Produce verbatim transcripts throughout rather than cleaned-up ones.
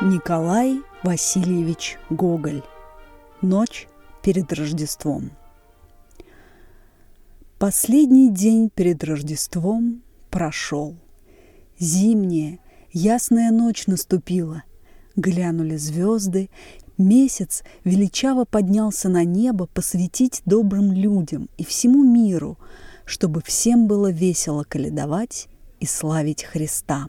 Николай Васильевич Гоголь. Ночь перед Рождеством. Последний день перед Рождеством прошел. Зимняя, ясная ночь наступила. Глянули звезды, месяц величаво поднялся на небо посвятить добрым людям и всему миру, чтобы всем было весело колядовать и славить Христа.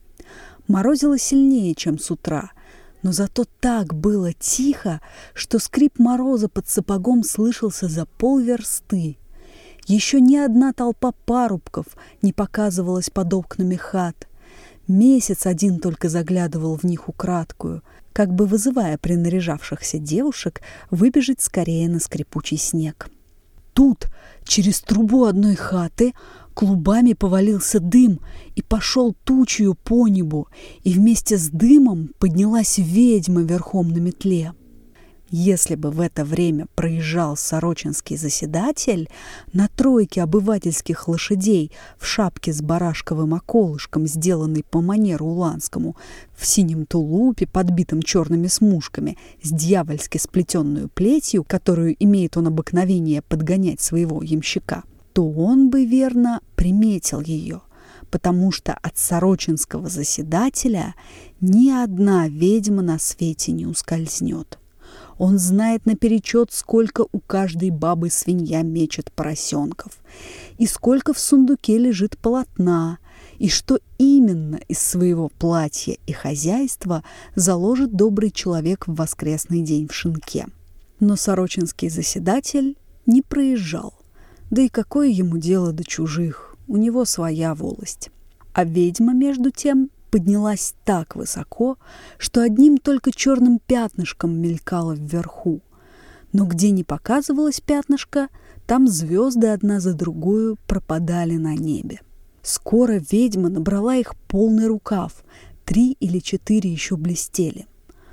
Морозило сильнее, чем с утра, но зато так было тихо, что скрип мороза под сапогом слышался за полверсты. Еще ни одна толпа парубков не показывалась под окнами хат. Месяц один только заглядывал в них украдкую, как бы вызывая принаряжавшихся девушек выбежать скорее на скрипучий снег. Тут, через трубу одной хаты, клубами повалился дым и пошел тучью по небу, и вместе с дымом поднялась ведьма верхом на метле. Если бы в это время проезжал сорочинский заседатель на тройке обывательских лошадей в шапке с барашковым околышком, сделанной по манеру уланскому, в синем тулупе, подбитом черными смушками, с дьявольски сплетенную плетью, которую имеет он обыкновение подгонять своего ямщика, то он бы, верно, приметил ее, потому что от сорочинского заседателя ни одна ведьма на свете не ускользнет. Он знает наперечет, сколько у каждой бабы свинья мечет поросенков, и сколько в сундуке лежит полотна, и что именно из своего платья и хозяйства заложит добрый человек в воскресный день в шинке. Но сорочинский заседатель не проезжал. Да и какое ему дело до чужих? У него своя волость. А ведьма, между тем, поднялась так высоко, что одним только черным пятнышком мелькала вверху. Но где не показывалось пятнышко, там звезды одна за другую пропадали на небе. Скоро ведьма набрала их полный рукав, три или четыре еще блестели.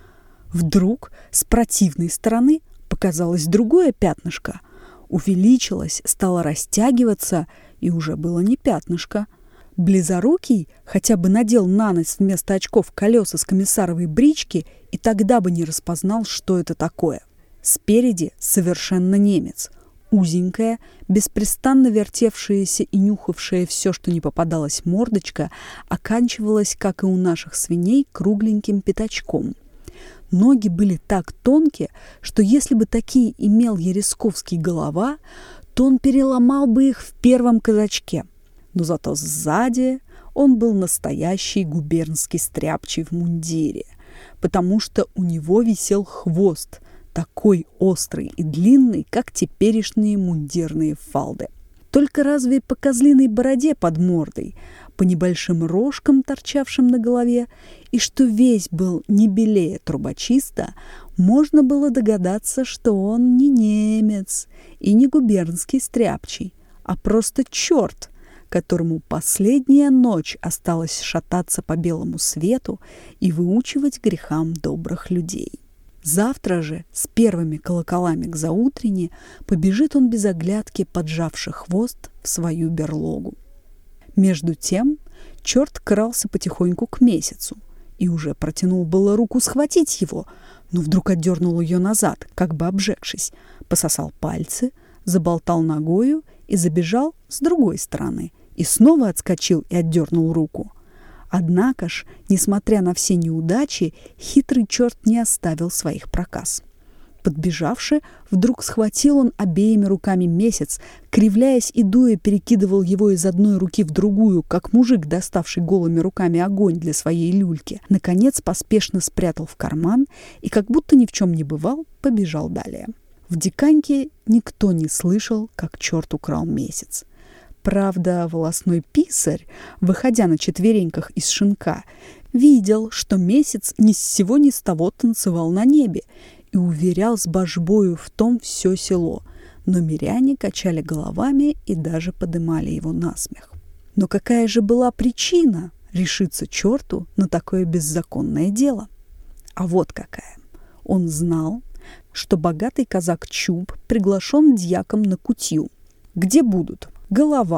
Вдруг с противной стороны показалось другое пятнышко, увеличилось, стало растягиваться, и уже было не пятнышко. Близорукий хотя бы надел на нос вместо очков колеса с комиссаровой брички, и тогда бы не распознал, что это такое. Спереди совершенно немец. Узенькая, беспрестанно вертевшаяся и нюхавшая все, что не попадалось мордочка, оканчивалась, как и у наших свиней, кругленьким пятачком. Ноги были так тонкие, что если бы такие имел Еresковский голова, то он переломал бы их в первом казачке. Но зато сзади он был настоящий губернский стряпчий в мундире, потому что у него висел хвост, такой острый и длинный, как теперешние мундирные фалды. Только разве по козлиной бороде под мордой, по небольшим рожкам, торчавшим на голове, и что весь был не белее трубочиста, можно было догадаться, что он не немец и не губернский стряпчий, а просто черт, которому последняя ночь осталась шататься по белому свету и выучивать грехам добрых людей. Завтра же с первыми колоколами к заутрене побежит он без оглядки, поджавши хвост, в свою берлогу. Между тем черт крался потихоньку к месяцу и уже протянул было руку схватить его, но вдруг отдернул ее назад, как бы обжегшись, пососал пальцы, заболтал ногою и забежал с другой стороны, и снова отскочил и отдернул руку. Однако ж, несмотря на все неудачи, хитрый черт не оставил своих проказ. Подбежавши, вдруг схватил он обеими руками месяц, кривляясь и дуя, перекидывал его из одной руки в другую, как мужик, доставший голыми руками огонь для своей люльки. Наконец поспешно спрятал в карман и, как будто ни в чем не бывал, побежал далее. В Диканьке никто не слышал, как черт украл месяц. Правда, волосной писарь, выходя на четвереньках из шинка, видел, что месяц ни с сего ни с того танцевал на небе, и уверял с божбою в том все село, но миряне качали головами и даже подымали его на смех. Но какая же была причина решиться черту на такое беззаконное дело? А вот какая. Он знал, что богатый казак Чуб приглашен дьяком на кутью, где будут голова,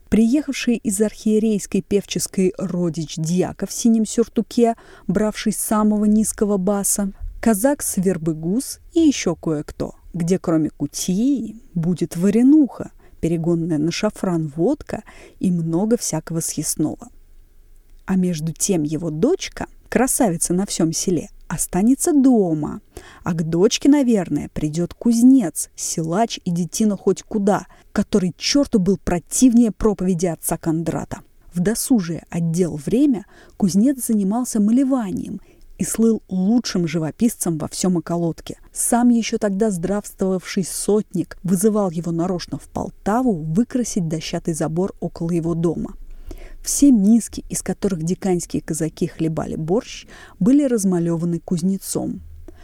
Приехавший из архиерейской певческой родич дьяка в синем сюртуке, бравший с самого низкого баса, казак с вербы гус и еще кое-кто, где кроме кутьи будет варенуха, перегонная на шафран водка и много всякого съестного. А между тем его дочка, красавица на всем селе, останется дома, а к дочке, наверное, придет кузнец, силач и детина хоть куда, который черту был противнее проповеди отца Кондрата. В досужее отдел время кузнец занимался малеванием и слыл лучшим живописцем во всем околотке. Сам еще тогда здравствовавший сотник вызывал его нарочно в Полтаву выкрасить дощатый забор около его дома. Все миски, из которых диканьские казаки хлебали борщ, были размалеваны кузнецом.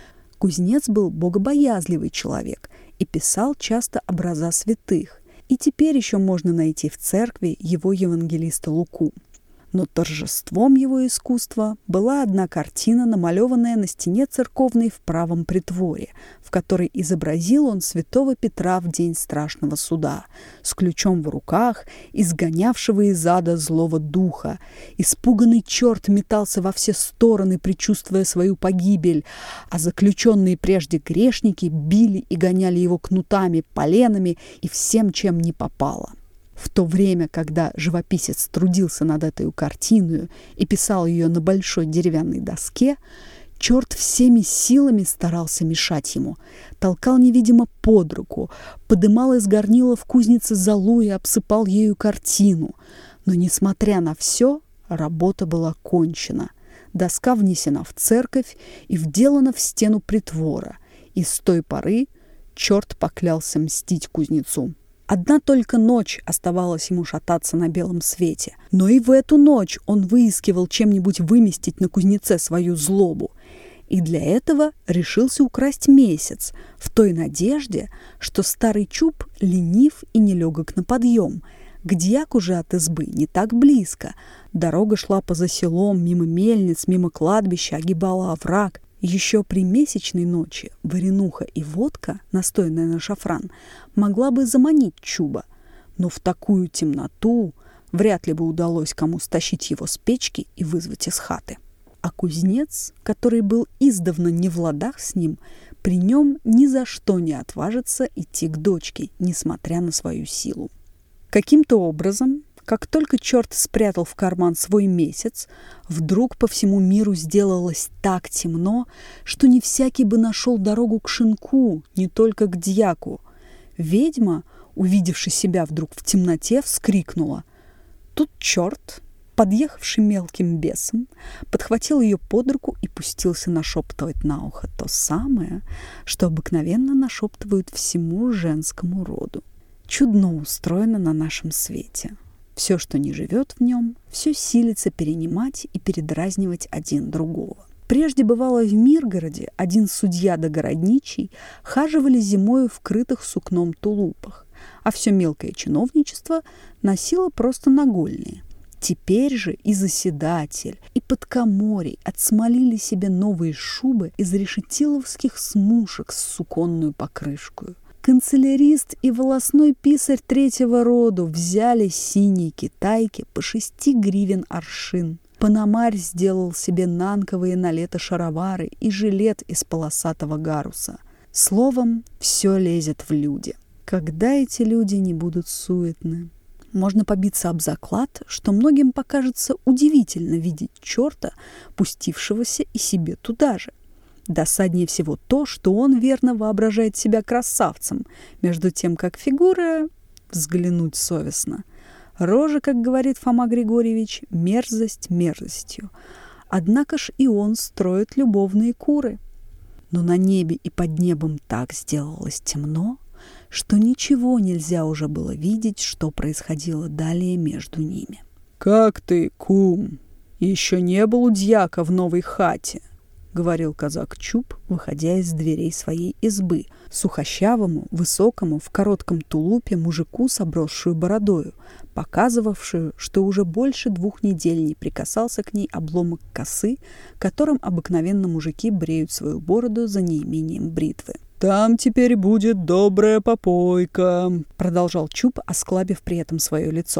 Кузнец был богобоязливый человек и писал часто образа святых, и теперь еще можно найти в церкви его евангелиста Луку. Но торжеством его искусства была одна картина, намалеванная на стене церковной в правом притворе, в которой изобразил он святого Петра в день страшного суда, с ключом в руках, изгонявшего из ада злого духа. Испуганный черт метался во все стороны, предчувствуя свою погибель, а заключенные прежде грешники били и гоняли его кнутами, поленами и всем, чем не попало. В то время, когда живописец трудился над этой картиной и писал ее на большой деревянной доске, черт всеми силами старался мешать ему, толкал невидимо под руку, подымал из горнила в кузнице золу и обсыпал ею картину. Но, несмотря на все, работа была кончена. Доска внесена в церковь и вделана в стену притвора, и с той поры черт поклялся мстить кузнецу. Одна только ночь оставалась ему шататься на белом свете, но и в эту ночь он выискивал чем-нибудь выместить на кузнеце свою злобу. И для этого решился украсть месяц, в той надежде, что старый Чуб ленив и нелегок на подъем. К дьяку же от избы не так близко. Дорога шла поза селом, мимо мельниц, мимо кладбища, огибала овраг. Еще при месячной ночи варенуха и водка, настоянная на шафран, могла бы заманить Чуба, но в такую темноту вряд ли бы удалось кому стащить его с печки и вызвать из хаты. А кузнец, который был издавна не в ладах с ним, при нем ни за что не отважится идти к дочке, несмотря на свою силу. Каким-то образом, как только черт спрятал в карман свой месяц, вдруг по всему миру сделалось так темно, что не всякий бы нашел дорогу к шинку, не только к дьяку. Ведьма, увидевши себя вдруг в темноте, вскрикнула. Тут черт, подъехавший мелким бесом, подхватил ее под руку и пустился нашептывать на ухо то самое, что обыкновенно нашептывают всему женскому роду. Чудно устроено на нашем свете. Все, что не живет в нем, все силится перенимать и передразнивать один другого. Прежде бывало в Миргороде один судья да городничий хаживали зимою в крытых сукном тулупах, а все мелкое чиновничество носило просто нагольные. Теперь же и заседатель, и подкоморий отсмолили себе новые шубы из решетиловских смушек с суконную покрышкою. Канцелярист и волосной писарь третьего роду взяли синие китайки по шести гривен аршин. Пономарь сделал себе нанковые на лето шаровары и жилет из полосатого гаруса. Словом, все лезет в люди. Когда эти люди не будут суетны? Можно побиться об заклад, что многим покажется удивительно видеть черта, пустившегося и себе туда же. Досаднее всего то, что он верно воображает себя красавцем, между тем, как фигура взглянуть совестно. Рожа, как говорит Фома Григорьевич, мерзость мерзостью. Однако ж и он строит любовные куры. Но на небе и под небом так сделалось темно, что ничего нельзя уже было видеть, что происходило далее между ними. «Как ты, кум, еще не был у дьяка в новой хате?» — говорил казак Чуб, выходя из дверей своей избы, сухощавому, высокому, в коротком тулупе мужику с обросшую бородою, показывавшую, что уже больше двух недель не прикасался к ней обломок косы, которым обыкновенно мужики бреют свою бороду за неимением бритвы. «Там теперь будет добрая попойка», — продолжал Чуб, осклабив при этом свое лицо.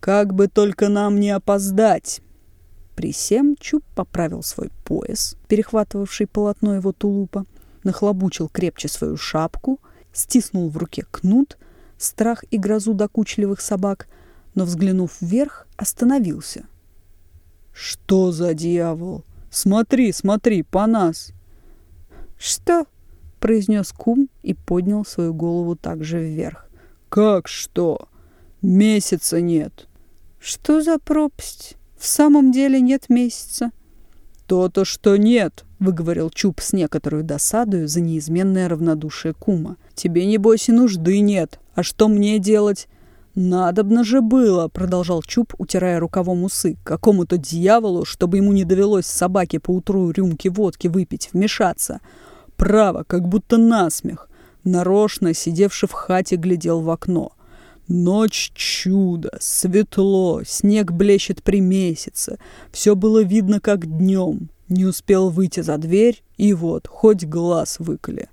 Как бы только нам не опоздать!» При сем Чуб поправил свой пояс, перехватывавший полотно его тулупа, нахлобучил крепче свою шапку, стиснул в руке кнут, страх и грозу докучливых собак, но, взглянув вверх, остановился. «Что за дьявол? Смотри, смотри, по нас!» «Что?» — произнес Кум и поднял свою голову также вверх. «Как что? Месяца нет!» «Что за пропасть? В самом деле нет месяца?» «То-то, что нет!» — выговорил Чуб с некоторой досадою за неизменное равнодушие Кума. «Тебе, небось, и нужды нет. А что мне делать?» «Надобно же было!» — продолжал Чуб, утирая рукавом усы. «Какому-то дьяволу, чтобы ему не довелось собаке поутру рюмки водки выпить, вмешаться. Право, как будто насмех. Нарочно, сидевший в хате, глядел в окно. Ночь чудо, светло, снег блещет при месяце. Все было видно, как днем. Не успел выйти за дверь, и вот, хоть глаз выколи».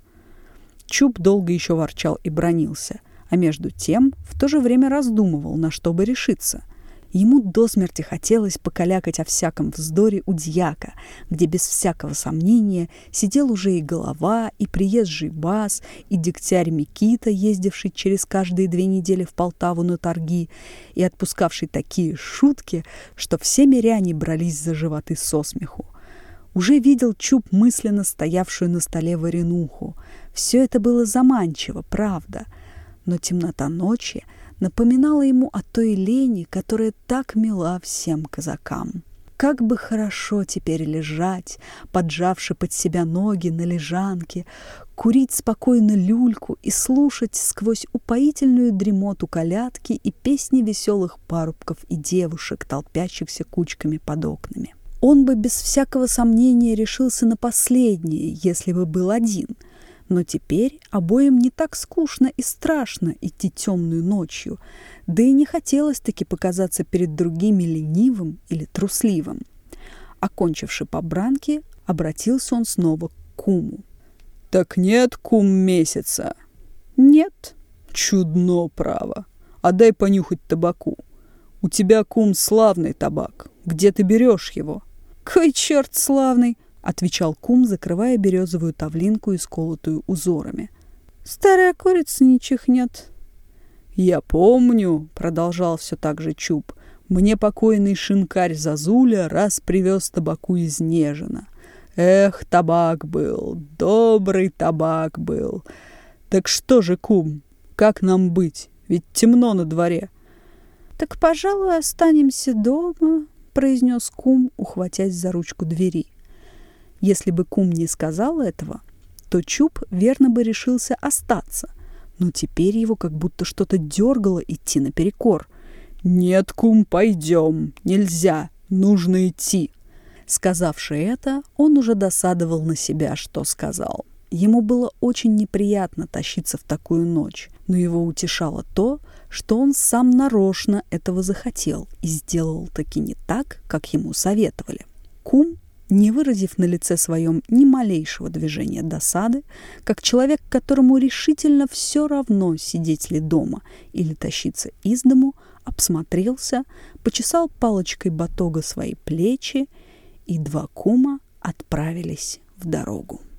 Чуб долго еще ворчал и бранился, а между тем в то же время раздумывал, на что бы решиться. Ему до смерти хотелось покалякать о всяком вздоре у дьяка, где без всякого сомнения сидел уже и голова, и приезжий бас, и дегтярь Микита, ездивший через каждые две недели в Полтаву на торги и отпускавший такие шутки, что все миряне брались за животы со смеху. Уже видел Чуб мысленно стоявшую на столе варенуху. Все это было заманчиво, правда, но темнота ночи напоминала ему о той лени, которая так мила всем казакам. Как бы хорошо теперь лежать, поджавши под себя ноги на лежанке, курить спокойно люльку и слушать сквозь упоительную дремоту колядки и песни веселых парубков и девушек, толпящихся кучками под окнами. Он бы без всякого сомнения решился на последнее, если бы был один. Но теперь обоим не так скучно и страшно идти темную ночью, да и не хотелось-таки показаться перед другими ленивым или трусливым. Окончивши побранки, обратился он снова к Куму. «Так нет, Кум, месяца?» «Нет». «Чудно, право. А дай понюхать табаку. У тебя, Кум, славный табак. Где ты берешь его?» «Кой черт славный!» — отвечал Кум, закрывая березовую тавлинку, исколотую узорами. «Старая курица не чихнет». «Я помню», — продолжал все так же Чуб, «мне покойный шинкарь Зазуля раз привез табаку из Нежина. Эх, табак был, добрый табак был. Так что же, Кум, как нам быть? Ведь темно на дворе». «Так, пожалуй, останемся дома», — произнес Кум, ухватясь за ручку двери. Если бы Кум не сказал этого, то Чуб верно бы решился остаться, но теперь его как будто что-то дергало идти наперекор. «Нет, Кум, пойдем, нельзя, нужно идти». Сказавши это, он уже досадовал на себя, что сказал. Ему было очень неприятно тащиться в такую ночь, но его утешало то, что он сам нарочно этого захотел и сделал таки не так, как ему советовали. Кум, не выразив на лице своем ни малейшего движения досады, как человек, которому решительно все равно, сидеть ли дома или тащиться из дому, обсмотрелся, почесал палочкой батога свои плечи, и два Кума отправились в дорогу.